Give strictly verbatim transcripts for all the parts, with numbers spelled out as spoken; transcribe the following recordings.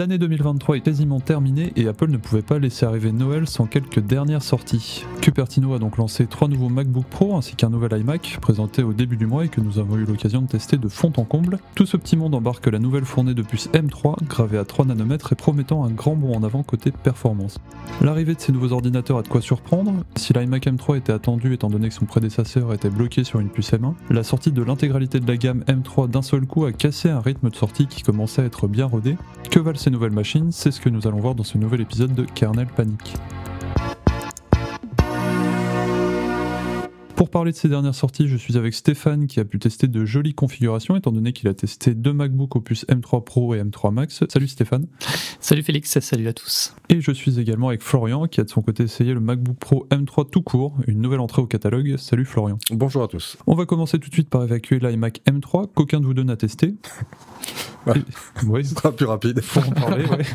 L'année deux mille vingt-trois est quasiment terminée et Apple ne pouvait pas laisser arriver Noël sans quelques dernières sorties. Cupertino a donc lancé trois nouveaux MacBook Pro ainsi qu'un nouvel iMac présenté au début du mois et que nous avons eu l'occasion de tester de fond en comble. Tout ce petit monde embarque la nouvelle fournée de puce M trois gravée à trois nanomètres et promettant un grand bond en avant côté performance. L'arrivée de ces nouveaux ordinateurs a de quoi surprendre. Si l'iMac M trois était attendu étant donné que son prédécesseur était bloqué sur une puce M un, la sortie de l'intégralité de la gamme M trois d'un seul coup a cassé un rythme de sortie qui commençait à être bien rodé. Que valent ces nouvelles machines? C'est ce que nous allons voir dans ce nouvel épisode de Kernel Panic. Pour parler de ces dernières sorties, je suis avec Stéphane qui a pu tester de jolies configurations étant donné qu'il a testé deux MacBook Opus M trois Pro et M trois Max. Salut Stéphane. Salut Félix, salut à tous. Et je suis également avec Florian qui a de son côté essayé le MacBook Pro M trois tout court, une nouvelle entrée au catalogue. Salut Florian. Bonjour à tous. On va commencer tout de suite par évacuer l'iMac M trois qu'aucun de vous deux n'a testé. Ouais. Et... ouais, ce sera plus rapide. Faut en parler, ouais.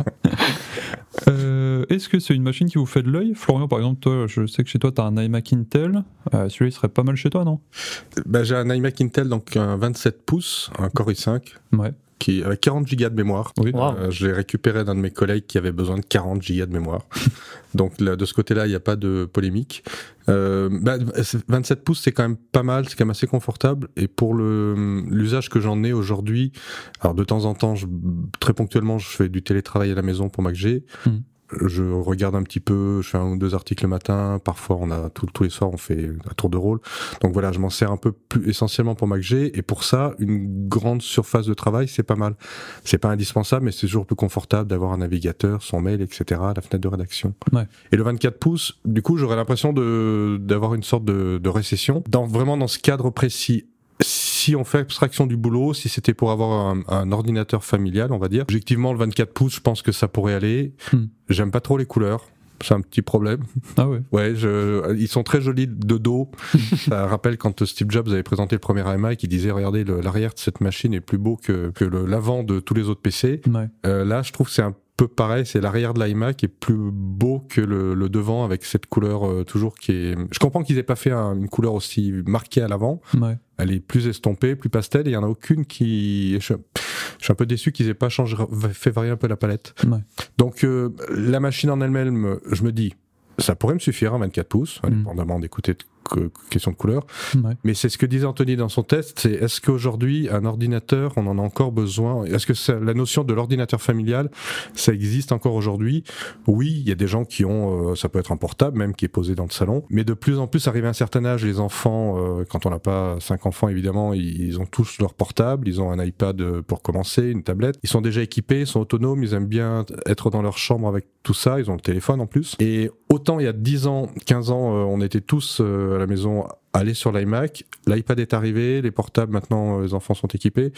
euh, est-ce que c'est une machine qui vous fait de l'œil? Florian, par exemple, toi, je sais que chez toi, tu as un iMac Intel. Euh, celui-là, il serait pas mal chez toi, non? bah, J'ai un iMac Intel, donc un vingt-sept pouces, un Core i cinq. Ouais. Qui avec quarante gigas de mémoire. Oui. Wow. Euh, je l'ai récupéré d'un de mes collègues qui avait besoin de quarante gigas de mémoire. Donc là, de ce côté-là, il n'y a pas de polémique. Euh, bah, vingt-sept pouces, c'est quand même pas mal, c'est quand même assez confortable. Et pour le, l'usage que j'en ai aujourd'hui, alors de temps en temps, je, très ponctuellement, je fais du télétravail à la maison pour MacG. Mmh. Je regarde un petit peu, je fais un ou deux articles le matin, parfois on a tout, tous les soirs on fait un tour de rôle. Donc voilà, je m'en sers un peu plus essentiellement pour MacG et pour ça, une grande surface de travail, c'est pas mal. C'est pas indispensable, mais c'est toujours plus confortable d'avoir un navigateur, son mail, et cetera, la fenêtre de rédaction. Ouais. Et le vingt-quatre pouces, du coup, j'aurais l'impression de d'avoir une sorte de, de récession. Dans, vraiment dans ce cadre précis. Si on fait abstraction du boulot, si c'était pour avoir un, un ordinateur familial, on va dire, objectivement, le vingt-quatre pouces, je pense que ça pourrait aller. Hmm. J'aime pas trop les couleurs. C'est un petit problème. Ah ouais. Ouais, je, ils sont très jolis de dos. Ça rappelle quand Steve Jobs avait présenté le premier iMac, il disait regardez le, l'arrière de cette machine est plus beau que que le, l'avant de tous les autres P C. Ouais. Euh, là, je trouve que c'est un peu pareil, c'est l'arrière de l'iMac est plus beau que le, le devant avec cette couleur euh, toujours qui est. Je comprends qu'ils aient pas fait un, une couleur aussi marquée à l'avant. Ouais. Elle est plus estompée, plus pastel, et il y en a aucune qui. Je, je suis un peu déçu qu'ils aient pas changé, fait varier un peu la palette. Ouais. Donc euh, la machine en elle-même, je me dis, ça pourrait me suffire, hein, vingt-quatre pouces, indépendamment mmh. d'écouter que, question de couleur. Ouais. Mais c'est ce que disait Anthony dans son test, c'est est-ce qu'aujourd'hui, un ordinateur, on en a encore besoin? Est-ce que ça, la notion de l'ordinateur familial, ça existe encore aujourd'hui? Oui, il y a des gens qui ont, euh, ça peut être un portable même, qui est posé dans le salon, mais de plus en plus, arrivé à un certain âge, les enfants, euh, quand on n'a pas cinq enfants, évidemment, ils ont tous leur portable, ils ont un iPad pour commencer, une tablette, ils sont déjà équipés, ils sont autonomes, ils aiment bien être dans leur chambre avec tout ça, ils ont le téléphone en plus. Et autant il y a dix ans, quinze ans, euh, on était tous euh, à la maison aller sur l'iMac, l'iPad est arrivé, les portables maintenant, les enfants sont équipés,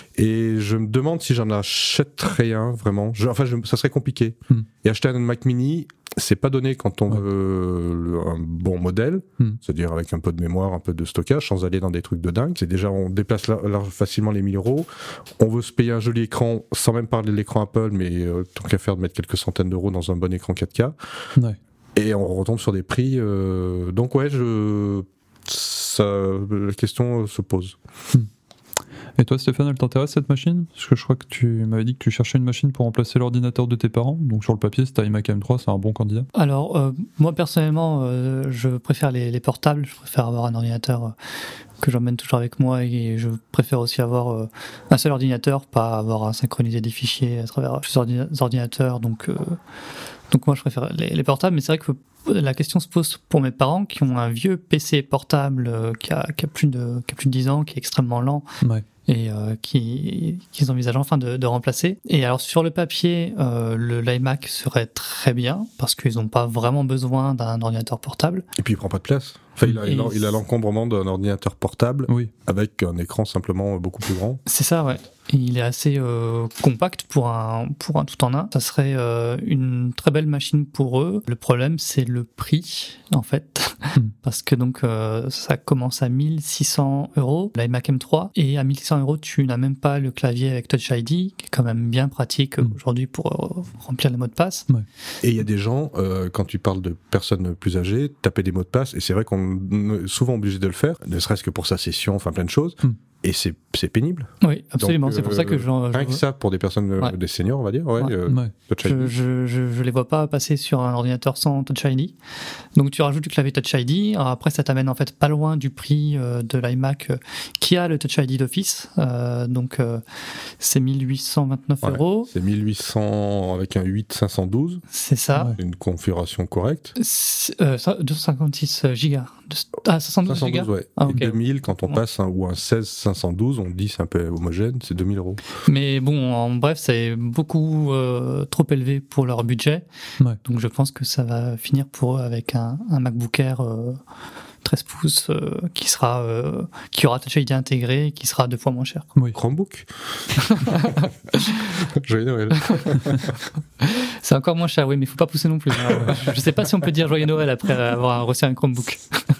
et je me demande si j'en achèterais un vraiment. Je, enfin, je, ça serait compliqué. Mm. Et acheter un Mac Mini, c'est pas donné quand on ouais. veut le, un bon modèle, mm. c'est-à-dire avec un peu de mémoire, un peu de stockage, sans aller dans des trucs de dingue. C'est déjà, on déplace là, là, facilement les mille euros. On veut se payer un joli écran, sans même parler de l'écran Apple, mais euh, tant qu'à faire de mettre quelques centaines d'euros dans un bon écran quatre K. Ouais. Et on retombe sur des prix. Euh, donc ouais, je, ça, la question se pose. Et toi, Stéphane, elle t'intéresse cette machine? Parce que je crois que tu m'avais dit que tu cherchais une machine pour remplacer l'ordinateur de tes parents. Donc sur le papier, c'est iMac M trois, c'est un bon candidat. Alors, euh, moi personnellement, euh, je préfère les, les portables. Je préfère avoir un ordinateur euh, que j'emmène toujours avec moi, et je préfère aussi avoir euh, un seul ordinateur, pas avoir à synchroniser des fichiers à travers plusieurs ordinateurs. Donc, euh, donc moi, je préfère les, les portables. Mais c'est vrai que la question se pose pour mes parents qui ont un vieux P C portable euh, qui, a, qui, a plus de, qui a plus de dix ans, qui est extrêmement lent. Ouais. Et euh, qui, qu'ils envisagent enfin de, de remplacer. Et alors sur le papier, euh, le l'iMac serait très bien parce qu'ils n'ont pas vraiment besoin d'un ordinateur portable. Et puis il prend pas de place. Enfin, il a, il a, il a l'encombrement d'un ordinateur portable oui. avec un écran simplement beaucoup plus grand. C'est ça, ouais. Il est assez euh, compact pour un, pour un tout en un. Ça serait euh, une très belle machine pour eux. Le problème, c'est le prix, en fait. Parce que donc, euh, ça commence à mille six cents euros, l'iMac M trois. Et à mille six cents euros, tu n'as même pas le clavier avec Touch I D, qui est quand même bien pratique mm. aujourd'hui pour euh, remplir les mots de passe. Ouais. Et il y a des gens, euh, quand tu parles de personnes plus âgées, taper des mots de passe, et c'est vrai qu'on est souvent obligé de le faire, ne serait-ce que pour sa session, enfin plein de choses. Mm. et c'est, c'est pénible. Oui, absolument. Donc, c'est pour ça que j'en, rien je... que ça, pour des personnes, ouais. des seniors, on va dire. Ouais, ouais. Euh, ouais. Je, je, je, je les vois pas passer sur un ordinateur sans Touch I D. Donc tu rajoutes du clavier Touch I D. Alors après, ça t'amène en fait pas loin du prix euh, de l'iMac euh, qui a le Touch I D d'office. Euh, donc euh, c'est mille huit cent vingt-neuf ouais, euros. C'est mille huit cents avec un huit cinq cent douze. C'est ça. Ouais. Une configuration correcte. Euh, deux cent cinquante-six gigas. Ah, cinq cent douze gigas. Ouais. Ah, okay. deux mille, quand on ouais. passe un, ou un seize cinq cent douze, on dit c'est un peu homogène, c'est deux mille euros. Mais bon, en bref, c'est beaucoup euh, trop élevé pour leur budget. Ouais. Donc je pense que ça va finir pour eux avec un, un MacBook Air euh, treize pouces euh, qui sera euh, qui aura Touch I D intégré et qui sera deux fois moins cher. Oui. Chromebook. Joyeux Noël. C'est encore moins cher, oui, mais il ne faut pas pousser non plus. Alors, je ne sais pas si on peut dire Joyeux Noël après avoir reçu un Chromebook.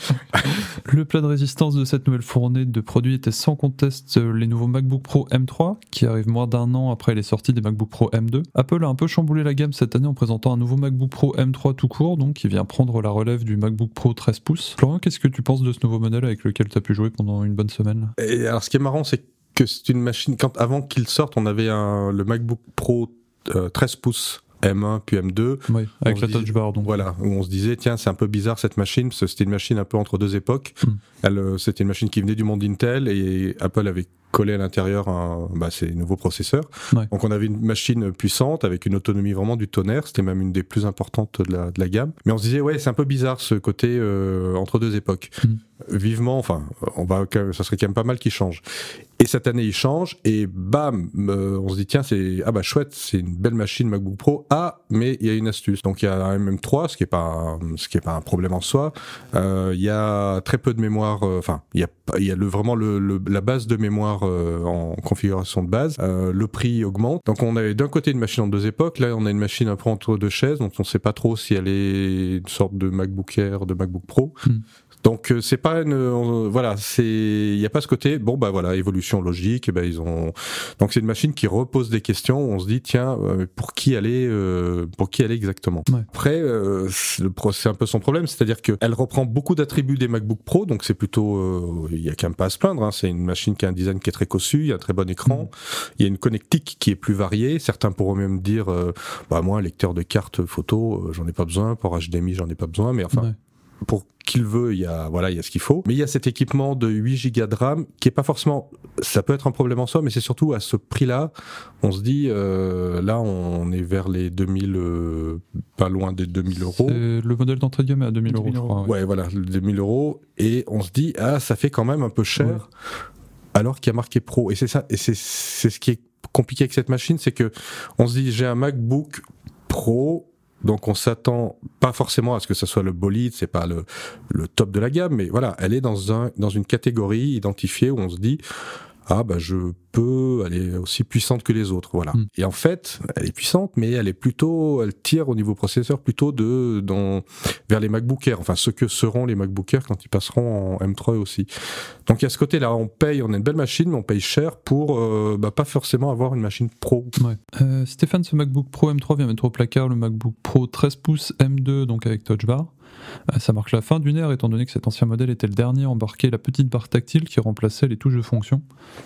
Le plat de résistance de cette nouvelle fournée de produits était sans conteste les nouveaux MacBook Pro M trois, qui arrivent moins d'un an après les sorties des MacBook Pro M deux. Apple a un peu chamboulé la gamme cette année en présentant un nouveau MacBook Pro M trois tout court, donc qui vient prendre la relève du MacBook Pro treize pouces. Florian, qu'est-ce que tu penses de ce nouveau modèle avec lequel tu as pu jouer pendant une bonne semaine ? Et alors, ce qui est marrant, c'est que c'est une machine, quand, avant qu'il sorte, on avait un, le MacBook Pro euh, treize pouces. M un puis M deux. Oui, avec la touch bar. Donc. Voilà, où on se disait, tiens, c'est un peu bizarre cette machine, parce que c'était une machine un peu entre deux époques. Mm. Elle, c'était une machine qui venait du monde Intel et Apple avait collé à l'intérieur un, bah, ses nouveaux processeurs. Ouais. Donc on avait une machine puissante avec une autonomie vraiment du tonnerre. C'était même une des plus importantes de la, de la gamme. Mais on se disait, ouais, c'est un peu bizarre ce côté euh, entre deux époques. Mm. Vivement, enfin, on va, ça serait quand même pas mal qu'il change. Et cette année, il change, et bam, euh, on se dit, tiens, c'est, ah bah chouette, c'est une belle machine MacBook Pro. Ah, mais il y a une astuce. Donc il y a un M M trois, ce qui est pas, ce qui est pas un problème en soi. Euh, il y a très peu de mémoire, enfin, euh, il y a, il y a le, vraiment le, le, la base de mémoire euh, en configuration de base. Euh, le prix augmente. Donc on a d'un côté une machine en deux époques, là on a une machine un peu entre deux chaises, donc on sait pas trop si elle est une sorte de MacBook Air, de MacBook Pro. Mm. Donc euh, c'est pas une euh, voilà, c'est il y a pas ce côté bon bah voilà, évolution logique, et ben ils ont donc c'est une machine qui repose des questions, on se dit tiens euh, pour qui aller euh, pour qui aller exactement. Ouais. Après euh, c'est, le, c'est un peu son problème, c'est-à-dire que elle reprend beaucoup d'attributs des MacBook Pro, donc c'est plutôt il euh, y a quand même pas à se plaindre, hein, c'est une machine qui a un design qui est très cossu, il y a un très bon écran, il mmh. y a une connectique qui est plus variée, certains pourront même dire euh, bah moi lecteur de carte photo, euh, j'en ai pas besoin, pour H D M I, j'en ai pas besoin, mais enfin ouais. Pour qu'il veut, il y a voilà, il y a ce qu'il faut. Mais il y a cet équipement de huit gigas de RAM qui est pas forcément, ça peut être un problème en soi, mais c'est surtout à ce prix-là, on se dit euh, là on est vers les deux mille, euh, pas loin des deux mille euros. C'est le modèle d'entrée de gamme est à deux mille euros, je crois. Ouais. ouais, voilà, deux mille euros, et on se dit ah ça fait quand même un peu cher, ouais. Alors qu'il y a marqué Pro. Et c'est ça, et c'est c'est ce qui est compliqué avec cette machine, c'est que on se dit j'ai un MacBook Pro. Donc on s'attend pas forcément à ce que ça soit le bolide, c'est pas le, le top de la gamme, mais voilà, elle est dans un dans une catégorie identifiée où on se dit ah bah je peux, elle est aussi puissante que les autres, voilà. Mm. Et en fait, elle est puissante, mais elle est plutôt, elle tire au niveau processeur plutôt de dans vers les MacBook Air, enfin ce que seront les MacBook Air quand ils passeront en M trois aussi. Donc à ce côté-là, on paye, on a une belle machine, mais on paye cher pour euh, bah, pas forcément avoir une machine pro. Ouais. Euh, Stéphane, ce MacBook Pro M trois vient mettre au placard le MacBook Pro treize pouces M deux, donc avec Touch Bar. Euh, ça marque la fin d'une ère, étant donné que cet ancien modèle était le dernier à embarquer la petite barre tactile qui remplaçait les touches de fonction.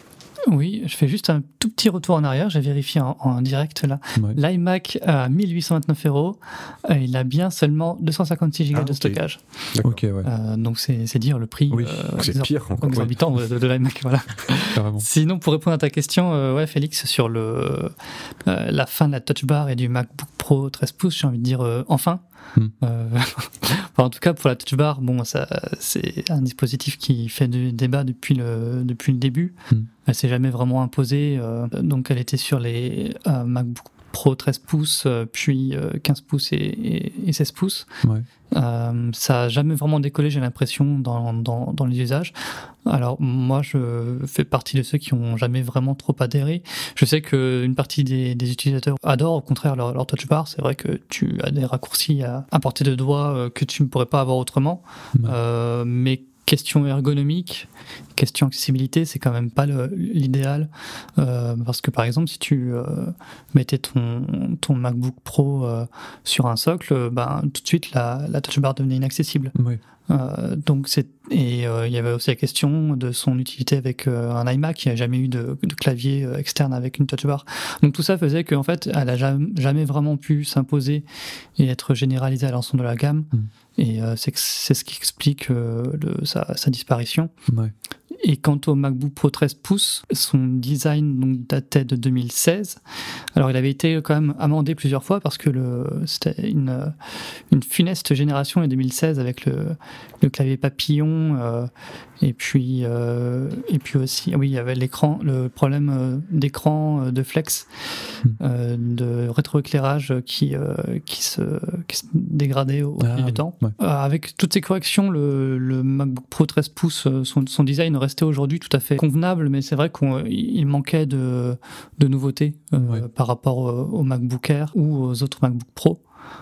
Oui, je fais juste un tout petit retour en arrière, j'ai vérifié en, en direct là. Ouais. L'iMac à mille huit cent vingt-neuf euros, euh, il a bien seulement deux cent cinquante-six gigas ah, de okay. stockage. Okay, ouais. euh, donc c'est, c'est dire le prix oui, euh, c'est pire encore. Exorbitant ouais. de, de l'iMac. Voilà. Sinon, pour répondre à ta question, euh, ouais, Félix, sur le, euh, la fin de la Touch Bar et du MacBook Pro treize pouces, j'ai envie de dire euh, enfin. Hmm. Euh, enfin, en tout cas, pour la Touch Bar, bon, ça, c'est un dispositif qui fait du débat depuis le, depuis le début. Hmm. Elle s'est jamais vraiment imposée. Euh, donc, elle était sur les euh, MacBook Pro treize pouces, euh, puis euh, quinze pouces et, et, et seize pouces. Ouais. Euh, ça n'a jamais vraiment décollé, j'ai l'impression, dans, dans, dans les usages. Alors, moi, je fais partie de ceux qui n'ont jamais vraiment trop adhéré. Je sais qu'une partie des, des utilisateurs adorent, au contraire, leur, leur Touch Bar. C'est vrai que tu as des raccourcis à, à portée de doigt euh, que tu ne pourrais pas avoir autrement. Ouais. Euh, mais question ergonomique, question accessibilité, c'est quand même pas le, l'idéal. Euh, parce que, par exemple, si tu euh, mettais ton, ton MacBook Pro euh, sur un socle, ben, tout de suite, la, la Touch Bar devenait inaccessible. Oui. Euh, donc c'est et euh, il y avait aussi la question de son utilité avec euh, un iMac. Il n'y a jamais eu de, de clavier euh, externe avec une touch bar. Donc tout ça faisait qu'en fait, elle a jamais, jamais vraiment pu s'imposer et être généralisée à l'ensemble de la gamme. Mmh. Et euh, c'est, c'est ce qui explique euh, le, sa, sa disparition. Ouais. Et quant au MacBook Pro treize pouces, son design donc, datait de deux mille seize. Alors il avait été quand même amendé plusieurs fois parce que le, c'était une, une funeste génération en deux mille seize avec le, le clavier papillon euh, et, puis, euh, et puis aussi, oui, il y avait l'écran, le problème euh, d'écran euh, de flex, euh, de rétroéclairage qui, euh, qui, se, qui se dégradait au ah, fil du temps. Ouais. Euh, avec toutes ces corrections, le, le MacBook Pro treize pouces, son, son design restait aujourd'hui tout à fait convenable, mais c'est vrai qu'il manquait de, de nouveautés euh, ouais. par rapport au, au MacBook Air ou aux autres MacBook Pro.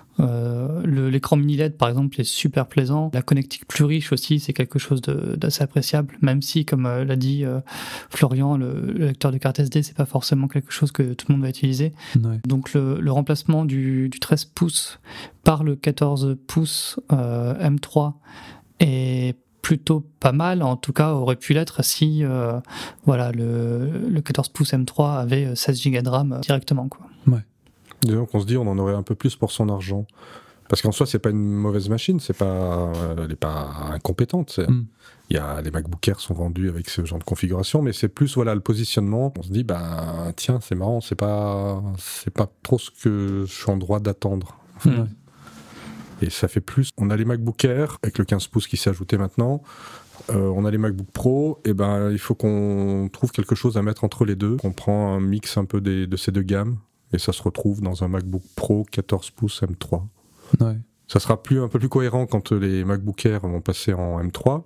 Euh, le, l'écran mini L E D par exemple est super plaisant, la connectique plus riche aussi, c'est quelque chose de, d'assez appréciable, même si comme euh, l'a dit euh, Florian, le, le lecteur de carte S D c'est pas forcément quelque chose que tout le monde va utiliser. Ouais. Donc le, le remplacement du, du treize pouces par le quatorze pouces euh, M trois est plutôt pas mal, en tout cas aurait pu l'être si euh, voilà, le, le quatorze pouces M trois avait seize giga de RAM directement, quoi. Ouais. Disons qu'on se dit on en aurait un peu plus pour son argent. Parce qu'en soi, c'est pas une mauvaise machine, c'est pas, elle n'est pas incompétente. C'est, mm. il y a, les MacBook Air sont vendus avec ce genre de configuration, mais c'est plus voilà, le positionnement. On se dit, bah, tiens, c'est marrant, c'est pas, c'est pas trop ce que je suis en droit d'attendre. En fait. mm. Et ça fait plus. On a les MacBook Air avec le quinze pouces qui s'est ajouté maintenant. Euh, on a les MacBook Pro, et ben il faut qu'on trouve quelque chose à mettre entre les deux. On prend un mix un peu des, de ces deux gammes. Et ça se retrouve dans un MacBook Pro quatorze pouces M trois. Ouais. Ça sera plus, un peu plus cohérent quand les MacBook Air vont passer en M trois.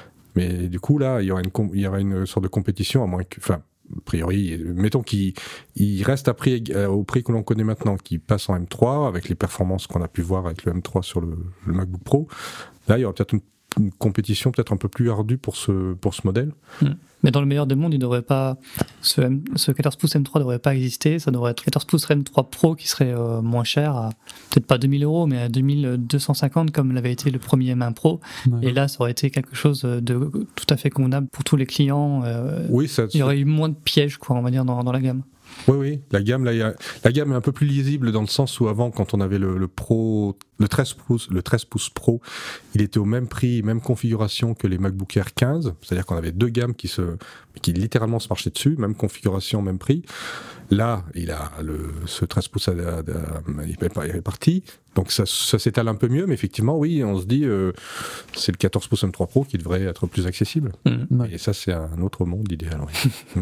Mais du coup, là, il y aura une, il y aura une sorte de compétition, à moins que... Enfin, a priori, mettons qu'il il reste à prix, au prix que l'on connaît maintenant, qui passe en M trois, avec les performances qu'on a pu voir avec le M trois sur le, le MacBook Pro. Là, il y aura peut-être une, une compétition peut-être un peu plus ardue pour ce, pour ce modèle. Mmh. Mais dans le meilleur des mondes, il devrait pas, ce, M, ce quatorze pouces M trois ne devrait pas exister. Ça devrait être quatorze pouces M trois Pro qui serait euh, moins cher, à peut-être pas deux mille euros, mais à deux mille deux cent cinquante comme l'avait été le premier M un Pro. Ouais. Et là, ça aurait été quelque chose de tout à fait convenable pour tous les clients. Euh, oui, ça, il y aurait eu moins de pièges, quoi, on va dire, dans, dans la gamme. Oui, oui, la gamme, là, y a, la gamme est un peu plus lisible dans le sens où avant, quand on avait le, le Pro, le treize pouces, le treize pouces Pro, il était au même prix, même configuration que les MacBook Air quinze, c'est-à-dire qu'on avait deux gammes qui se, qui littéralement se marchaient dessus, même configuration, même prix. Là, il a le, ce treize pouces, à, à, à, il est réparti, donc ça, ça s'étale un peu mieux, mais effectivement, oui, on se dit, euh, c'est le quatorze pouces M trois Pro qui devrait être plus accessible. Mmh. Et ça, c'est un autre monde idéal. Oui.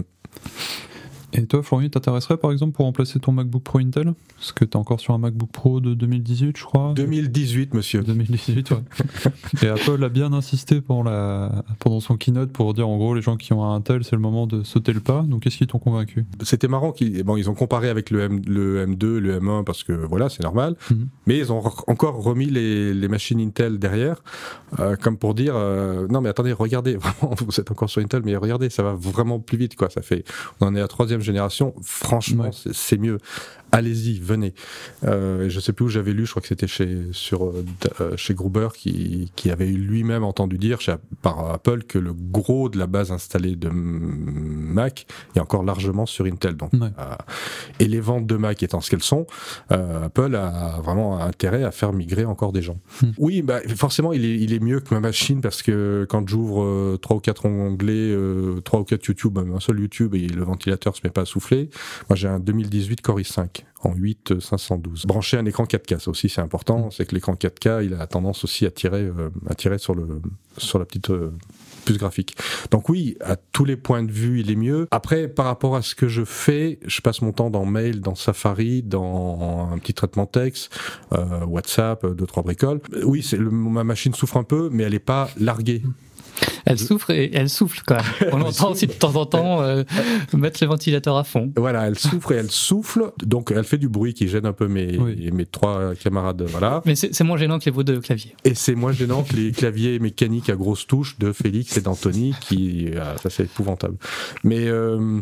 Et toi, Florian, t'intéresserais par exemple pour remplacer ton MacBook Pro Intel ? Parce que t'es encore sur un MacBook Pro de deux mille dix-huit, je crois. deux mille dix-huit, monsieur. deux mille dix-huit, ouais. Et Apple a bien insisté pendant, la... pendant son keynote pour dire en gros, les gens qui ont un Intel, c'est le moment de sauter le pas. Donc, qu'est-ce qui t'ont convaincu ? C'était marrant qu'ils bon, ils ont comparé avec le, M... le M deux, le M un, parce que voilà, c'est normal. Mm-hmm. Mais ils ont re... encore remis les... les machines Intel derrière, euh, comme pour dire euh, non, mais attendez, regardez, vraiment, vous êtes encore sur Intel, mais regardez, ça va vraiment plus vite, quoi. Ça fait, on en est à troisième génération, franchement, ouais. c'est, c'est mieux. Allez-y, venez. Euh, je sais plus où j'avais lu, je crois que c'était chez, sur, euh, chez Gruber qui, qui avait lui-même entendu dire chez, par Apple que le gros de la base installée de Mac est encore largement sur Intel. Donc, ouais. euh, et les ventes de Mac étant ce qu'elles sont, euh, Apple a vraiment intérêt à faire migrer encore des gens. Hmm. Oui, bah, forcément, il est, il est mieux que ma machine parce que quand j'ouvre euh, trois ou quatre onglets, euh, trois ou quatre YouTube, un seul YouTube et le ventilateur se met pas à souffler. Moi, j'ai un deux mille dix-huit Core i cinq. En huit cinq cent douze. Brancher un écran quatre K, ça aussi c'est important, c'est que l'écran quatre K, il a tendance aussi à tirer, euh, à tirer sur, le, sur la petite euh, puce graphique. Donc oui, à tous les points de vue, il est mieux. Après, par rapport à ce que je fais, je passe mon temps dans Mail, dans Safari, dans un petit traitement texte, euh, WhatsApp, deux, trois bricoles. Oui, c'est le, ma machine souffre un peu, mais elle n'est pas larguée. Elle souffre et elle souffle quand même. On entend aussi de temps en temps euh, mettre le ventilateur à fond. Voilà, elle souffre et elle souffle. Donc elle fait du bruit qui gêne un peu mes, oui. mes trois camarades. Voilà. Mais c'est, c'est moins gênant que les veaux de clavier. Et c'est moins gênant que les claviers mécaniques à grosses touches de Félix et d'Anthony, qui, ah, ça c'est épouvantable. Mais euh,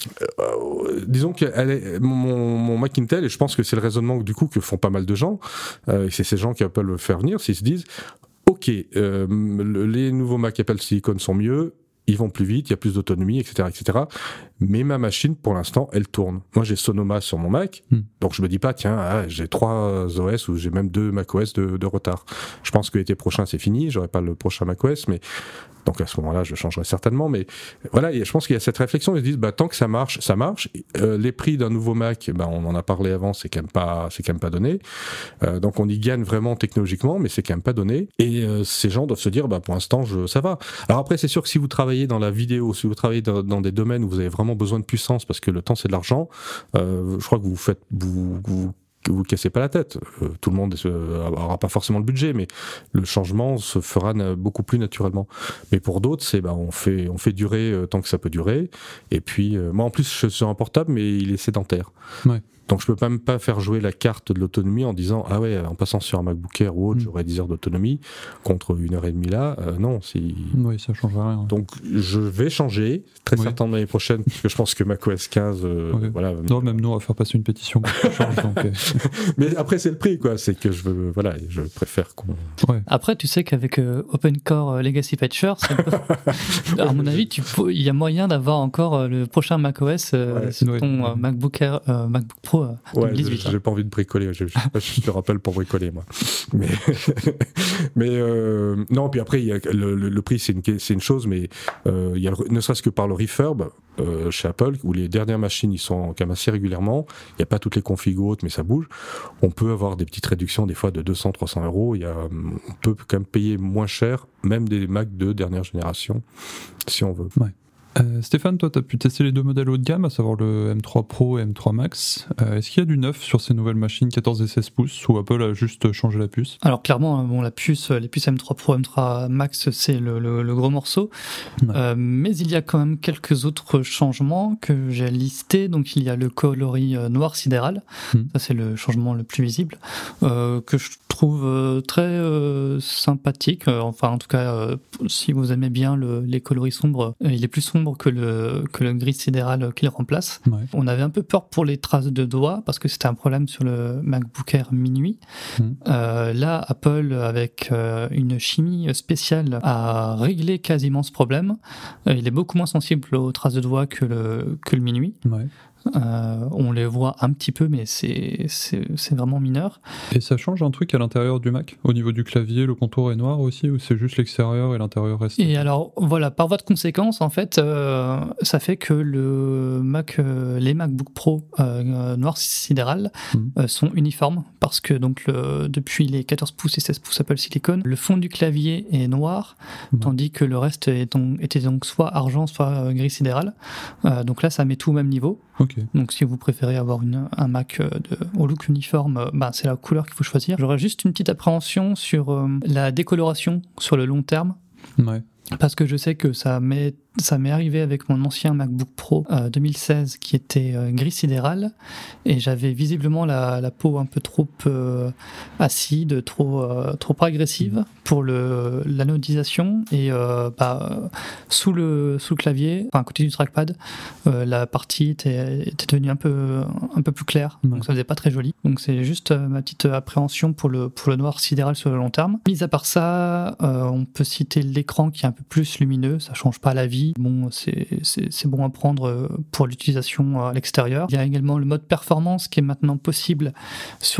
euh, disons que elle est, mon, mon Mac Intel, et je pense que c'est le raisonnement du coup que font pas mal de gens, euh, c'est ces gens qui Apple veut faire venir, s'ils se disent ok, euh, le, les nouveaux Mac Apple Silicon sont mieux, ils vont plus vite, il y a plus d'autonomie, et cetera, et cetera. Mais ma machine, pour l'instant, elle tourne. Moi, j'ai Sonoma sur mon Mac, mm. donc je me dis pas, tiens, ah, j'ai trois O S ou j'ai même deux macOS de, de retard. Je pense que l'été prochain, c'est fini, j'aurai pas le prochain macOS, mais donc à ce moment-là, je changerai certainement. Mais voilà, et je pense qu'il y a cette réflexion, ils se disent, bah tant que ça marche, ça marche. Euh, les prix d'un nouveau Mac, bah, on en a parlé avant, c'est quand même pas, c'est quand même pas donné. Euh, donc on y gagne vraiment technologiquement, mais c'est quand même pas donné. Et euh, ces gens doivent se dire, bah pour l'instant, je, ça va. Alors après, c'est sûr que si vous travaillez dans la vidéo, si vous travaillez dans, dans des domaines où vous avez vraiment besoin de puissance, parce que le temps c'est de l'argent, euh, je crois que vous faites, vous, vous vous cassez pas la tête. Euh, tout le monde n'aura pas forcément le budget, mais le changement se fera na- beaucoup plus naturellement. Mais pour d'autres, c'est bah on fait on fait durer euh, tant que ça peut durer. Et puis euh, moi en plus je suis sur un portable, mais il est sédentaire. Ouais. Donc je peux même pas faire jouer la carte de l'autonomie en disant ah ouais en passant sur un MacBook Air ou autre mmh. j'aurai dix heures d'autonomie contre une heure et demie là euh, non si oui ça change rien. Donc je vais changer très oui. certainement l'année prochaine parce que je pense que macOS quinze euh, oui. voilà non même nous on va faire passer une pétition pour que ça change, donc, euh... mais après c'est le prix quoi c'est que je veux voilà je préfère qu'on ouais. Après tu sais qu'avec euh, OpenCore euh, Legacy Patcher peu... à mon avis tu peux... il y a moyen d'avoir encore euh, le prochain macOS euh, ouais, sur ouais. ton euh, MacBook Air euh, MacBook Pro Euh, ouais, dix-huit, j'ai hein. pas envie de bricoler, je, je, je te rappelle pour bricoler moi. Mais, mais euh, non, puis après il y a le, le, le prix c'est une, c'est une chose, mais euh, il y a le, ne serait-ce que par le refurb euh, chez Apple où les dernières machines ils sont quand même assez régulièrement. Il y a pas toutes les configs hautes, mais ça bouge. On peut avoir des petites réductions des fois de deux cents à trois cents euros. Il y a, on peut quand même payer moins cher, même des Mac de dernière génération, si on veut. Ouais. Euh, Stéphane, toi, tu as pu tester les deux modèles haut de gamme, à savoir le M trois Pro et M trois Max. Euh, est-ce qu'il y a du neuf sur ces nouvelles machines quatorze et seize pouces ou Apple a juste changé la puce ? Alors clairement, bon, la puce, les puces M trois Pro, M trois Max, c'est le, le, le gros morceau. Ouais. Euh, mais il y a quand même quelques autres changements que j'ai listés. Donc il y a le coloris noir sidéral. Mmh. Ça, c'est le changement le plus visible, euh, que je trouve très euh, sympathique. Enfin, en tout cas, euh, si vous aimez bien le, les coloris sombres, euh, il est plus sombre que le, que le gris sidéral qu'il remplace. Ouais. On avait un peu peur pour les traces de doigts parce que c'était un problème sur le MacBook Air minuit. Mmh. Euh, là, Apple, avec euh, une chimie spéciale, a réglé quasiment ce problème. Euh, il est beaucoup moins sensible aux traces de doigts que le, que le minuit. Ouais. Euh, on les voit un petit peu, mais c'est, c'est, c'est vraiment mineur. Et ça change un truc à l'intérieur du Mac ? Au niveau du clavier, le contour est noir aussi, ou c'est juste l'extérieur et l'intérieur reste ? Et alors, voilà, par voie de conséquence, en fait, euh, ça fait que le Mac, euh, les MacBook Pro euh, noir sidéral mmh. euh, sont uniformes, parce que donc, le, depuis les quatorze pouces et seize pouces Apple Silicon, le fond du clavier est noir, mmh. tandis que le reste est donc, était donc soit argent, soit euh, gris sidéral. Euh, donc là, ça met tout au même niveau. Okay. Donc si vous préférez avoir une, un Mac de, au look uniforme, bah, c'est la couleur qu'il faut choisir. J'aurais juste une petite appréhension sur euh, la décoloration sur le long terme. Ouais. Parce que je sais que ça m'est, ça m'est arrivé avec mon ancien MacBook Pro euh, deux mille seize qui était euh, gris sidéral et j'avais visiblement la, la peau un peu trop euh, acide, trop, euh, trop agressive pour le, l'anodisation et euh, bah, sous, le, sous le clavier, enfin à côté du trackpad, euh, la partie était, était devenue un peu, un peu plus claire, donc ça faisait pas très joli. Donc c'est juste euh, ma petite appréhension pour le, pour le noir sidéral sur le long terme. Mis à part ça, euh, on peut citer l'écran qui est un peu plus lumineux, ça change pas la vie. Bon, c'est, c'est, c'est bon à prendre pour l'utilisation à l'extérieur. Il y a également le mode performance qui est maintenant possible sur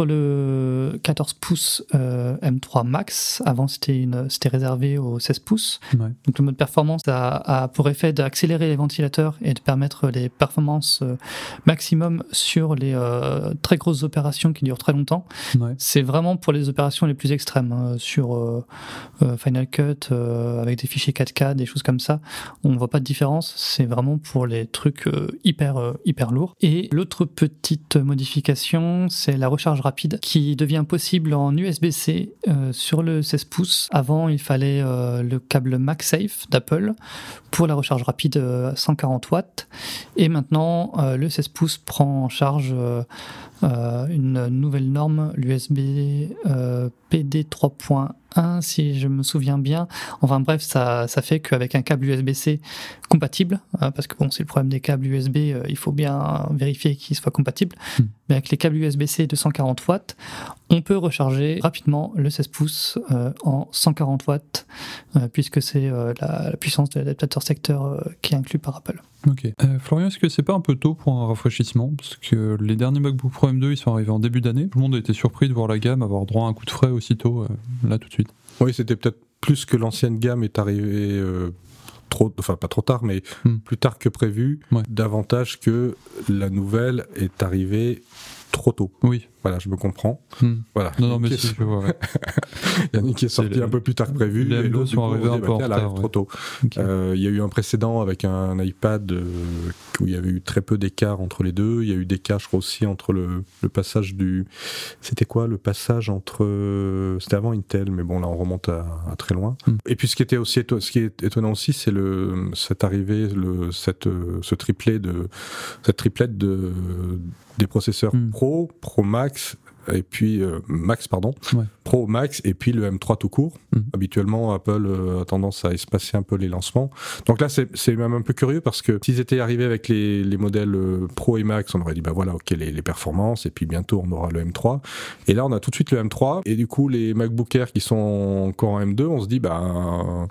le quatorze pouces euh, M trois Max. Avant, c'était, une, c'était réservé aux seize pouces. Ouais. Donc le mode performance a, a pour effet d'accélérer les ventilateurs et de permettre les performances euh, maximum sur les euh, très grosses opérations qui durent très longtemps. Ouais. C'est vraiment pour les opérations les plus extrêmes, hein, sur euh, euh, Final Cut, euh, avec des fichiers quatre K, des choses comme ça. On ne voit pas de différence, c'est vraiment pour les trucs euh, hyper, euh, hyper lourds. Et l'autre petite modification, c'est la recharge rapide qui devient possible en U S B C euh, sur le seize pouces. Avant, il fallait euh, le câble MagSafe d'Apple pour la recharge rapide euh, cent quarante watts. Et maintenant, euh, le seize pouces prend en charge euh, euh, une nouvelle norme, l'U S B euh, P D trois point un, si je me souviens bien. Enfin bref, ça, ça fait qu'avec un câble U S B-C compatible, hein, parce que bon, c'est le problème des câbles U S B, euh, il faut bien vérifier qu'ils soient compatibles, mmh. mais avec les câbles U S B-C de cent quarante watts, on peut recharger rapidement le seize pouces euh, en cent quarante watts, euh, puisque c'est euh, la, la puissance de l'adaptateur secteur euh, qui est inclus par Apple. Ok. Euh, Florian, est-ce que c'est pas un peu tôt pour un rafraîchissement? Parce que les derniers MacBook Pro M deux, ils sont arrivés en début d'année. Tout le monde a été surpris de voir la gamme avoir droit à un coup de frais aussitôt, euh, là tout de suite. Oui, c'était peut-être plus que l'ancienne gamme est arrivée euh, trop, enfin pas trop tard, mais hmm. plus tard que prévu, ouais. davantage que la nouvelle est arrivée trop tôt. Oui. Voilà, je me comprends. Hmm. Voilà. Non, non, mais si, je vois, ouais. Yannick est sorti c'est un peu plus tard que prévu, les et l'autre sont arrivés un peu en elle retard, arrive ouais. trop tôt. Okay. Euh, il y a eu un précédent avec un iPad euh, où il y avait eu très peu d'écart entre les deux. Il y a eu des cas, je crois aussi, entre le, le passage du... C'était quoi le passage entre... C'était avant Intel, mais bon, là, on remonte à, à très loin. Hmm. Et puis, ce qui était aussi éton... ce qui est étonnant aussi, c'est le... cette arrivée, le... cette... ce triplet de... cette triplette de... des processeurs hmm. Pro, Pro Max, et puis euh, Max pardon, ouais. Pro Max et puis le M trois tout court. Mmh. Habituellement, Apple euh, a tendance à espacer un peu les lancements. Donc là, c'est, c'est même un peu curieux parce que s'ils étaient arrivés avec les, les modèles euh, Pro et Max, on aurait dit bah voilà, ok les, les performances et puis bientôt on aura le M trois. Et là, on a tout de suite le M trois et du coup les MacBook Air qui sont encore en M deux, on se dit bah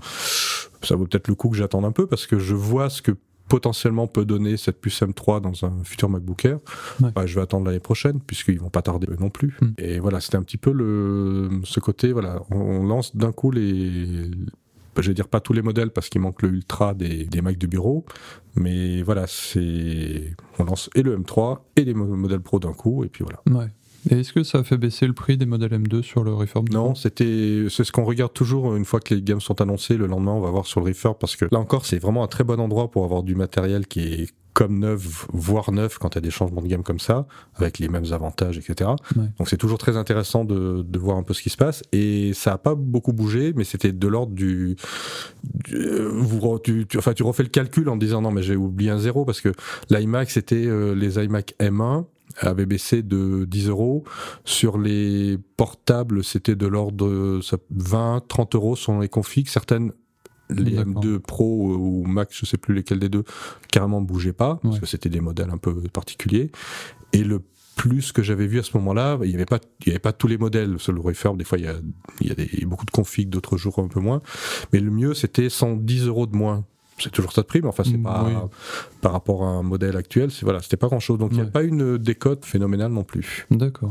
ça vaut peut-être le coup que j'attende un peu parce que je vois ce que potentiellement peut donner cette puce M trois dans un futur MacBook Air. Ouais. Bah, je vais attendre l'année prochaine puisqu'ils vont pas tarder non plus. Mm. Et voilà, c'était un petit peu le ce côté voilà, on lance d'un coup les je vais dire pas tous les modèles parce qu'il manque le Ultra des, des Mac de bureau, mais voilà, c'est on lance et le M trois et les modèles Pro d'un coup et puis voilà. Ouais. Et est-ce que ça a fait baisser le prix des modèles M deux sur le Refurb? Non, c'était, c'est ce qu'on regarde toujours une fois que les gammes sont annoncées. Le lendemain, on va voir sur le Refurb parce que là encore, c'est vraiment un très bon endroit pour avoir du matériel qui est comme neuf, voire neuf quand il y a des changements de gamme comme ça, avec les mêmes avantages, et cetera. Ouais. Donc c'est toujours très intéressant de, de voir un peu ce qui se passe. Et ça n'a pas beaucoup bougé, mais c'était de l'ordre du... du vous, tu, tu, enfin, tu refais le calcul en disant non, mais j'ai oublié un zéro parce que l'iMac, c'était euh, les iMac M un, avait baissé de dix euros. Sur les portables, c'était de l'ordre de vingt, trente euros selon les configs. Certaines, les D'accord. M deux Pro ou Max, je sais plus lesquels des deux, carrément ne bougeaient pas, parce ouais. que c'était des modèles un peu particuliers. Et le plus que j'avais vu à ce moment-là, il n'y avait pas, il y avait pas tous les modèles. Sur le Refurb, des fois, il y a, il y a des, beaucoup de configs, d'autres jours un peu moins. Mais le mieux, c'était cent dix euros de moins. C'est toujours ça de prix, mais enfin, c'est pas, oui. par rapport à un modèle actuel, c'est, voilà, c'était pas grand chose. Donc, il ouais. n'y a pas une décote phénoménale non plus. D'accord.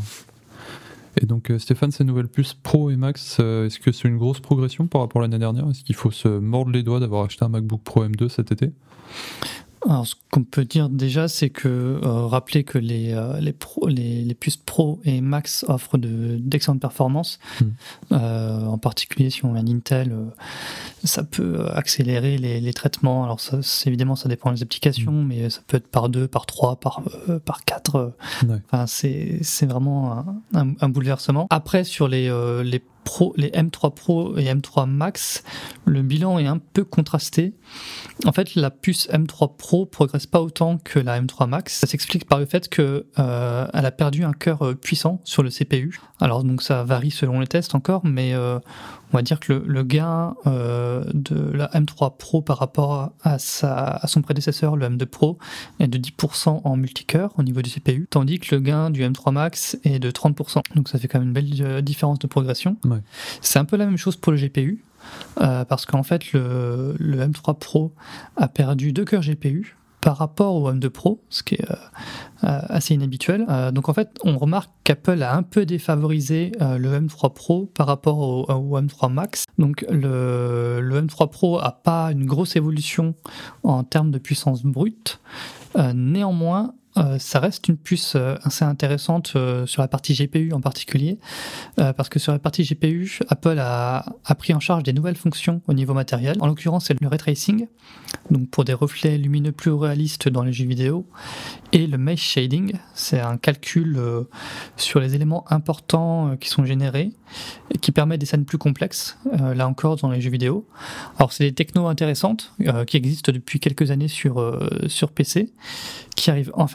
Et donc, euh, Stéphane, ces nouvelles puces Pro et Max, euh, est-ce que c'est une grosse progression par rapport à l'année dernière? Est-ce qu'il faut se mordre les doigts d'avoir acheté un MacBook Pro M deux cet été? Alors, ce qu'on peut dire déjà, c'est que euh, rappeler que les, euh, les, pro, les, les puces Pro et Max offrent de, d'excellentes performances. Mmh. Euh, en particulier, si on a un Intel, euh, ça peut accélérer les, les traitements. Alors, ça, c'est, évidemment, ça dépend des applications, mmh. mais ça peut être par deux, par trois, par, euh, par quatre. Ouais. Enfin, c'est, c'est vraiment un, un, un bouleversement. Après, sur les, euh, les Pro, les M trois Pro et M trois Max, le bilan est un peu contrasté. En fait, la puce M trois Pro progresse pas autant que la M trois Max. Ça s'explique par le fait que euh, elle a perdu un cœur puissant sur le C P U. Alors donc ça varie selon les tests encore, mais euh, on va dire que le, le gain euh, de la M trois Pro par rapport à, sa, à son prédécesseur, le M deux Pro, est de dix pour cent en multicœur au niveau du C P U, tandis que le gain du M trois Max est de trente pour cent. Donc ça fait quand même une belle différence de progression. Ouais. C'est un peu la même chose pour le G P U, euh, parce qu'en fait le, le M trois Pro a perdu deux cœurs G P U par rapport au M deux Pro, ce qui est euh, euh, assez inhabituel. Euh, donc en fait, on remarque qu'Apple a un peu défavorisé euh, le M trois Pro par rapport au, au M trois Max. Donc le, le M trois Pro a pas une grosse évolution en termes de puissance brute. Euh, néanmoins, Euh, ça reste une puce euh, assez intéressante euh, sur la partie G P U en particulier, euh, parce que sur la partie G P U, Apple a, a pris en charge des nouvelles fonctions au niveau matériel. En l'occurrence, c'est le ray tracing, donc pour des reflets lumineux plus réalistes dans les jeux vidéo, et le mesh shading, c'est un calcul euh, sur les éléments importants euh, qui sont générés et qui permet des scènes plus complexes, euh, là encore dans les jeux vidéo. Alors c'est des technos intéressantes euh, qui existent depuis quelques années sur, euh, sur P C, qui arrivent enfin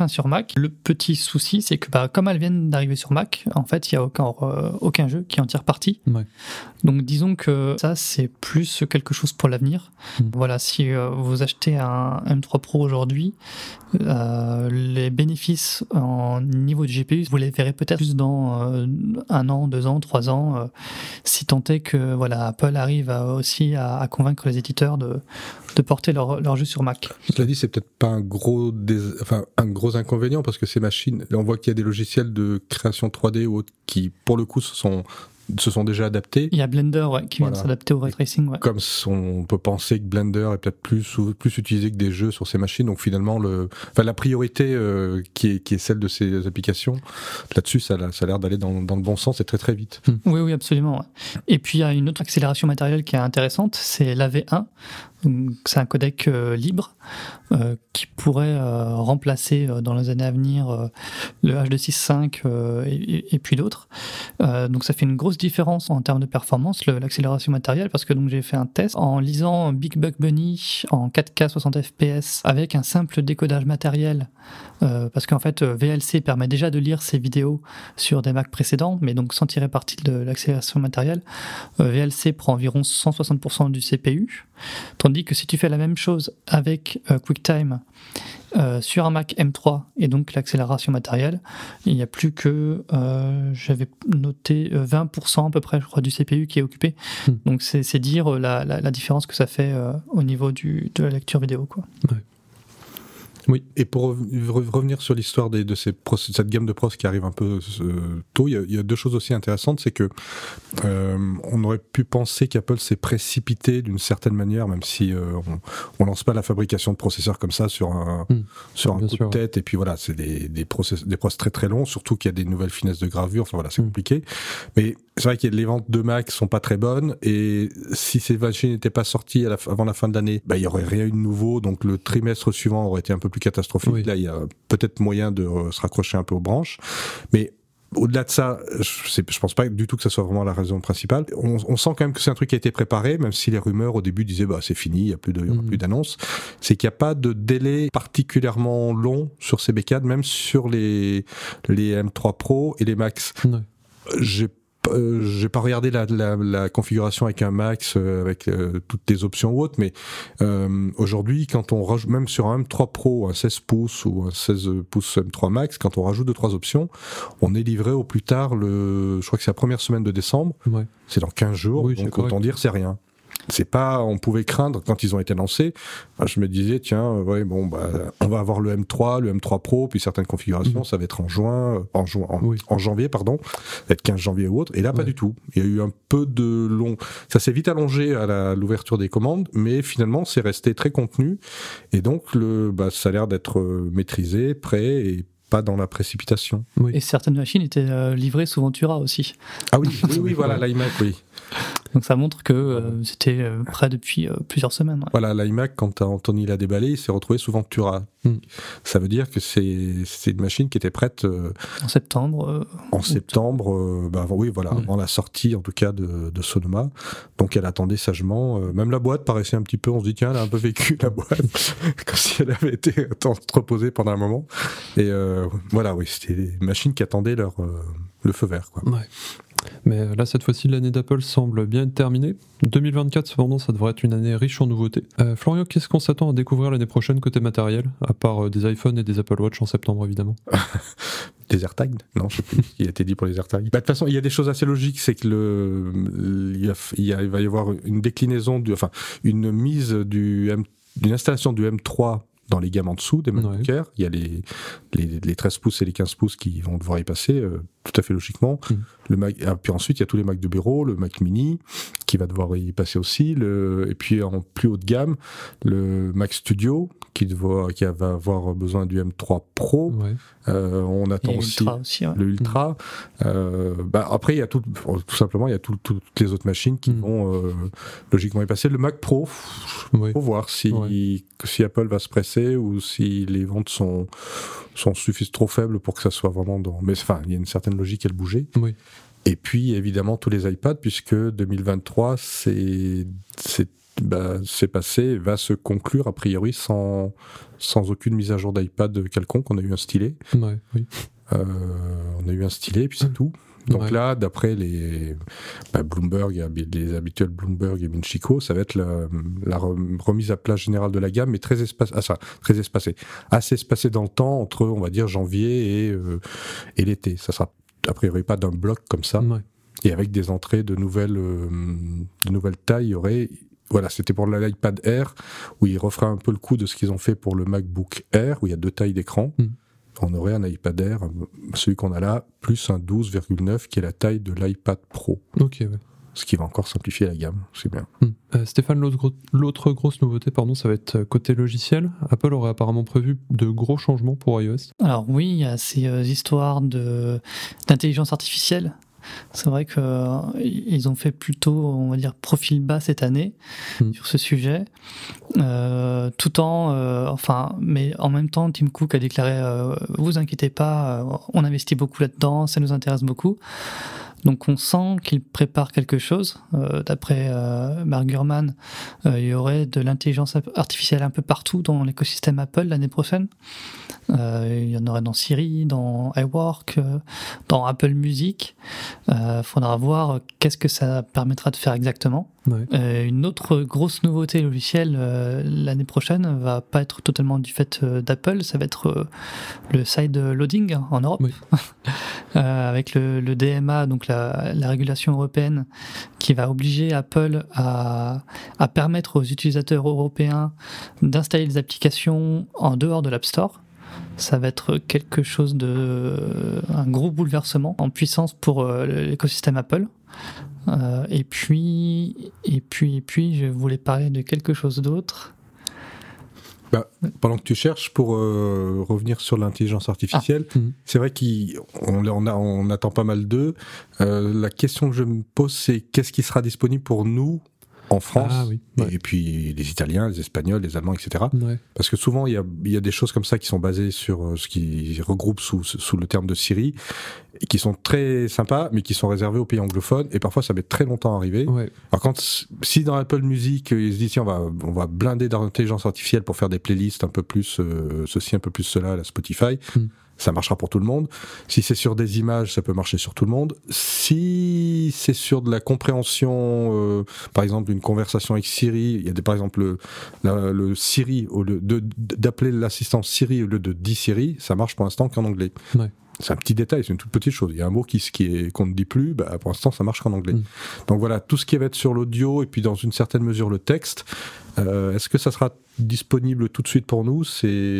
sur Mac. Le petit souci, c'est que bah, comme elles viennent d'arriver sur Mac, en fait, il n'y a aucun, euh, aucun jeu qui en tire parti. Ouais. Donc disons que ça, c'est plus quelque chose pour l'avenir. Mmh. Voilà, si euh, vous achetez un M trois Pro aujourd'hui, euh, les bénéfices en niveau de G P U, vous les verrez peut-être plus dans euh, un an, deux ans, trois ans, euh, si tant est que voilà, Apple arrive à, aussi à, à convaincre les éditeurs de, de porter leur, leur jeu sur Mac. Cela dit, c'est peut-être pas un gros, dés... enfin, un gros inconvénient parce que ces machines, on voit qu'il y a des logiciels de création trois D ou autres qui, pour le coup, se sont se sont déjà adaptés. Il y a Blender ouais, qui voilà. vient de s'adapter au ray tracing. Ouais. Comme son, on peut penser que Blender est peut-être plus, plus utilisé que des jeux sur ces machines, donc finalement, le, enfin, la priorité euh, qui, est, qui est celle de ces applications, là-dessus, ça, ça a l'air d'aller dans, dans le bon sens et très très vite. Oui, oui, absolument. Ouais. Et puis il y a une autre accélération matérielle qui est intéressante, c'est l'A V un. Donc, c'est un codec euh, libre euh, qui pourrait euh, remplacer euh, dans les années à venir euh, le H deux six cinq euh, et, et puis d'autres. Euh, donc ça fait une grosse différence en termes de performance, le, l'accélération matérielle, parce que donc j'ai fait un test en lisant Big Buck Bunny en quatre K soixante F P S avec un simple décodage matériel, euh, parce qu'en fait V L C permet déjà de lire ces vidéos sur des Mac précédents, mais donc sans tirer parti de l'accélération matérielle. Euh, V L C prend environ cent soixante pour cent du C P U. Tandis que si tu fais la même chose avec euh, QuickTime euh, sur un Mac M trois et donc l'accélération matérielle, il n'y a plus que, euh, j'avais noté vingt pour cent à peu près, je crois, du C P U qui est occupé. Mmh. Donc c'est, c'est dire la, la, la différence que ça fait euh, au niveau du, de la lecture vidéo, quoi. Ouais. Oui, et pour revenir sur l'histoire des, de ces pros, cette gamme de pros qui arrive un peu euh, tôt, il y, a, il y a deux choses aussi intéressantes, c'est que euh, on aurait pu penser qu'Apple s'est précipité d'une certaine manière, même si euh, on, on lance pas la fabrication de processeurs comme ça sur un mmh, sur un coup sûr, de tête, ouais. Et puis voilà, c'est des des process, des process très très longs, surtout qu'il y a des nouvelles finesses de gravure, enfin voilà, c'est mmh. compliqué. Mais c'est vrai que les ventes de Mac sont pas très bonnes, et si ces machines n'étaient pas sorties à la, avant la fin de l'année, bah il y aurait rien eu de nouveau, donc le trimestre suivant aurait été un peu plus catastrophique. Oui. Là, il y a peut-être moyen de se raccrocher un peu aux branches, mais au-delà de ça, je, je pense pas du tout que ça soit vraiment la raison principale. On, on sent quand même que c'est un truc qui a été préparé, même si les rumeurs au début disaient bah c'est fini, il y a plus de, mmh. plus d'annonces. C'est qu'il n'y a pas de délai particulièrement long sur ces bécades, même sur les les M trois Pro et les Max. Ouais. J'ai Euh, j'ai pas regardé la, la, la configuration avec un Max, euh, avec euh, toutes les options ou autres, mais euh, aujourd'hui, quand on rajoute, même sur un M trois Pro, un seize pouces ou un seize pouces M trois Max, quand on rajoute deux trois options, on est livré au plus tard le, je crois que c'est la première semaine de décembre. Ouais. C'est dans quinze jours, oui, donc autant dire c'est rien. C'est pas, on pouvait craindre quand ils ont été lancés. Je me disais tiens, ouais bon bah on va avoir le M trois, le M trois Pro, puis certaines configurations, mmh. ça va être en juin, en juin, en, oui. en janvier pardon, être quinze janvier ou autre. Et là pas ouais. du tout. Il y a eu un peu de long, ça s'est vite allongé à la, l'ouverture des commandes, mais finalement c'est resté très contenu. Et donc le, bah ça a l'air d'être maîtrisé, prêt et pas dans la précipitation. Oui. Et certaines machines étaient euh, livrées sous Ventura aussi. Ah oui, oui, oui, voilà, l'iMac, oui. Donc ça montre que euh, c'était euh, prêt depuis euh, plusieurs semaines. Ouais. Voilà, l'iMac, quand Anthony l'a déballé, il s'est retrouvé sous Ventura. Mm. Ça veut dire que c'est, c'est une machine qui était prête... Euh, en septembre. Euh, en septembre, euh, bah, oui, voilà, mm. avant la sortie, en tout cas, de, de Sonoma. Donc elle attendait sagement. Euh, même la boîte paraissait un petit peu, on se dit, tiens, elle a un peu vécu, la boîte, comme si elle avait été entreposée pendant un moment. Et euh, voilà, oui, c'était des machines qui attendaient leur, euh, le feu vert, quoi. Ouais. Mais là, cette fois-ci, l'année d'Apple semble bien être terminée. deux mille vingt-quatre, cependant, ça devrait être une année riche en nouveautés. Euh, Florian, qu'est-ce qu'on s'attend à découvrir l'année prochaine côté matériel, à part euh, des iPhones et des Apple Watch en septembre, évidemment? Des AirTags? Non, je sais plus ce qui a été dit pour les AirTags. Bah, de toute façon, il y a des choses assez logiques, c'est que le, il, y a, il, y a, il va y avoir une déclinaison, du, enfin, une mise du M, d'une installation du M trois dans les gammes en dessous des MacBook Air. Il y a les, les, les treize pouces et les quinze pouces qui vont devoir y passer, euh, tout à fait logiquement. Mmh. Le Mac, et puis ensuite, il y a tous les Mac de bureau, le Mac Mini, qui va devoir y passer aussi, le, et puis en plus haut de gamme, le Mac Studio, qui, doit, qui va avoir besoin du M trois Pro. Ouais. Euh, on attend aussi, aussi ouais. le Ultra. Mmh. Euh, bah après, il y a tout, tout simplement, il y a tout, tout, toutes les autres machines qui mmh. vont euh, logiquement y passer. Le Mac Pro, il ouais. faut voir si, ouais. si Apple va se presser ou si les ventes sont, sont suffisamment trop faibles pour que ça soit vraiment dans... Mais enfin, il y a une certaine logique à le bouger. Oui. Et puis, évidemment, tous les iPads, puisque deux mille vingt-trois, c'est... c'est bah, s'est passé, va se conclure a priori sans, sans aucune mise à jour d'iPad quelconque. On a eu un stylet. Ouais, oui. Euh, on a eu un stylet, et puis c'est mmh. tout. Donc ouais. là, d'après les bah, Bloomberg, les habituels Bloomberg et Minchico, ça va être la, la remise à plat générale de la gamme, mais très espacée, ah, ça, très espacée, assez espacée dans le temps entre, on va dire, janvier et, euh, et l'été. Ça sera a priori pas d'un bloc comme ça, ouais. et avec des entrées de nouvelles, euh, de nouvelles tailles. Il y aurait, voilà, c'était pour l'iPad Air où il refera un peu le coup de ce qu'ils ont fait pour le MacBook Air où il y a deux tailles d'écran. Mm. On aurait un iPad Air, celui qu'on a là, plus un douze virgule neuf qui est la taille de l'iPad Pro. Ok, ouais. Ce qui va encore simplifier la gamme, c'est bien. Hum. Euh, Stéphane, l'autre, gros, l'autre grosse nouveauté, pardon, ça va être côté logiciel. Apple aurait apparemment prévu de gros changements pour iOS. Alors oui, il y a ces euh, histoires de, d'intelligence artificielle. C'est vrai qu'ils euh, ont fait plutôt, on va dire, profil bas cette année mmh. sur ce sujet, euh, tout en, euh, enfin, mais en même temps, Tim Cook a déclaré euh, « Vous inquiétez pas, euh, on investit beaucoup là-dedans, ça nous intéresse beaucoup ». Donc on sent qu'il prépare quelque chose. Euh, d'après euh, Mark Gurman, euh, il y aurait de l'intelligence artificielle un peu partout dans l'écosystème Apple l'année prochaine. Euh, il y en aurait dans Siri, dans iWork, euh, dans Apple Music. Il euh, faudra voir qu'est-ce que ça permettra de faire exactement. Ouais. Euh, une autre grosse nouveauté logicielle euh, l'année prochaine va pas être totalement du fait euh, d'Apple, ça va être euh, le side loading en Europe, oui. euh, avec le, le D M A, donc la, la régulation européenne, qui va obliger Apple à, à permettre aux utilisateurs européens d'installer des applications en dehors de l'App Store. Ça va être quelque chose de un gros bouleversement en puissance pour euh, l'écosystème Apple. Euh, et puis, et puis, et puis, je voulais parler de quelque chose d'autre. Bah, pendant que tu cherches, pour euh, revenir sur l'intelligence artificielle, ah. c'est vrai qu'on on a, on attend pas mal d'eux. Euh, la question que je me pose, c'est qu'est-ce qui sera disponible pour nous en France, ah, oui, ouais. et puis les Italiens, les Espagnols, les Allemands, et cetera. Ouais. Parce que souvent, il y a, il y a des choses comme ça qui sont basées sur ce qui regroupe sous, sous le terme de Siri, et qui sont très sympas, mais qui sont réservés aux pays anglophones, et parfois ça met très longtemps à arriver. Ouais. Alors quand, si dans Apple Music, ils se disent, tiens, on va, on va blinder d'intelligence artificielle pour faire des playlists un peu plus euh, ceci, un peu plus cela, la Spotify, mm. ça marchera pour tout le monde. Si c'est sur des images, ça peut marcher sur tout le monde. Si c'est sur de la compréhension, euh, par exemple, d'une conversation avec Siri, il y a des, par exemple le, la, le Siri, au lieu de, d'appeler l'assistant Siri au lieu de dire Siri, ça marche pour l'instant qu'en anglais. Ouais. C'est un petit détail, c'est une toute petite chose. Il y a un mot qui, qui est, qu'on ne dit plus, bah, pour l'instant ça marche qu'en anglais. Mm. Donc voilà, tout ce qui va être sur l'audio et puis dans une certaine mesure le texte, euh, est-ce que ça sera disponible tout de suite pour nous?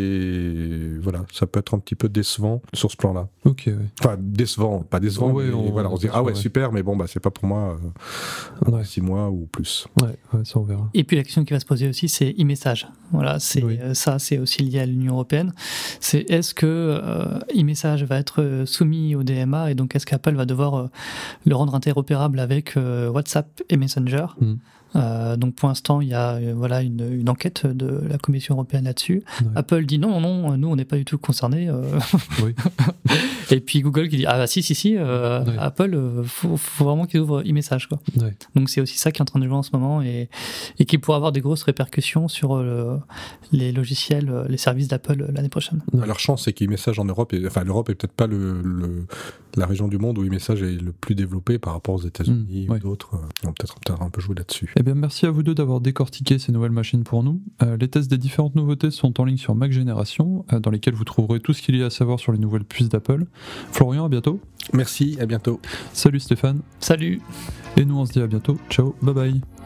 C'est voilà, ça peut être un petit peu décevant sur ce plan-là. Ok. Ouais. Enfin décevant, pas décevant. Ouais, mais on, voilà, on, on se dit ah ouais, ouais super, mais bon bah c'est pas pour moi. Euh, ouais. Six mois ou plus. Ouais, ouais, ça on verra. Et puis la question qui va se poser aussi, c'est e-message. Voilà, c'est oui. euh, ça, c'est aussi lié à l'Union européenne. C'est est-ce que euh, e-message va être soumis au D M A et donc est-ce qu'Apple va devoir euh, le rendre interopérable avec euh, WhatsApp et Messenger? Mm. Euh, donc pour l'instant il y a euh, voilà une, une enquête de la Commission européenne là-dessus. Ouais. Apple dit non non nous on n'est pas du tout concernés. Euh... Oui. Et puis Google qui dit ah bah si si si euh, ouais. Apple euh, faut, faut vraiment qu'ils ouvrent e-message quoi. Ouais. Donc c'est aussi ça qui est en train de jouer en ce moment et, et qui pourrait avoir des grosses répercussions sur euh, les logiciels, les services d'Apple l'année prochaine. Ouais. Leur chance c'est qu'e-message en Europe, est, enfin l'Europe est peut-être pas le, le la région du monde où e-message est le plus développé par rapport aux États-Unis mmh, ou ouais. d'autres. On va peut-être, peut-être un peu jouer là-dessus. Eh bien, merci à vous deux d'avoir décortiqué ces nouvelles machines pour nous. Euh, les tests des différentes nouveautés sont en ligne sur Mac Génération, euh, dans lesquels vous trouverez tout ce qu'il y a à savoir sur les nouvelles puces d'Apple. Florian, à bientôt. Merci, à bientôt. Salut Stéphane. Salut. Et nous, on se dit à bientôt. Ciao, bye bye.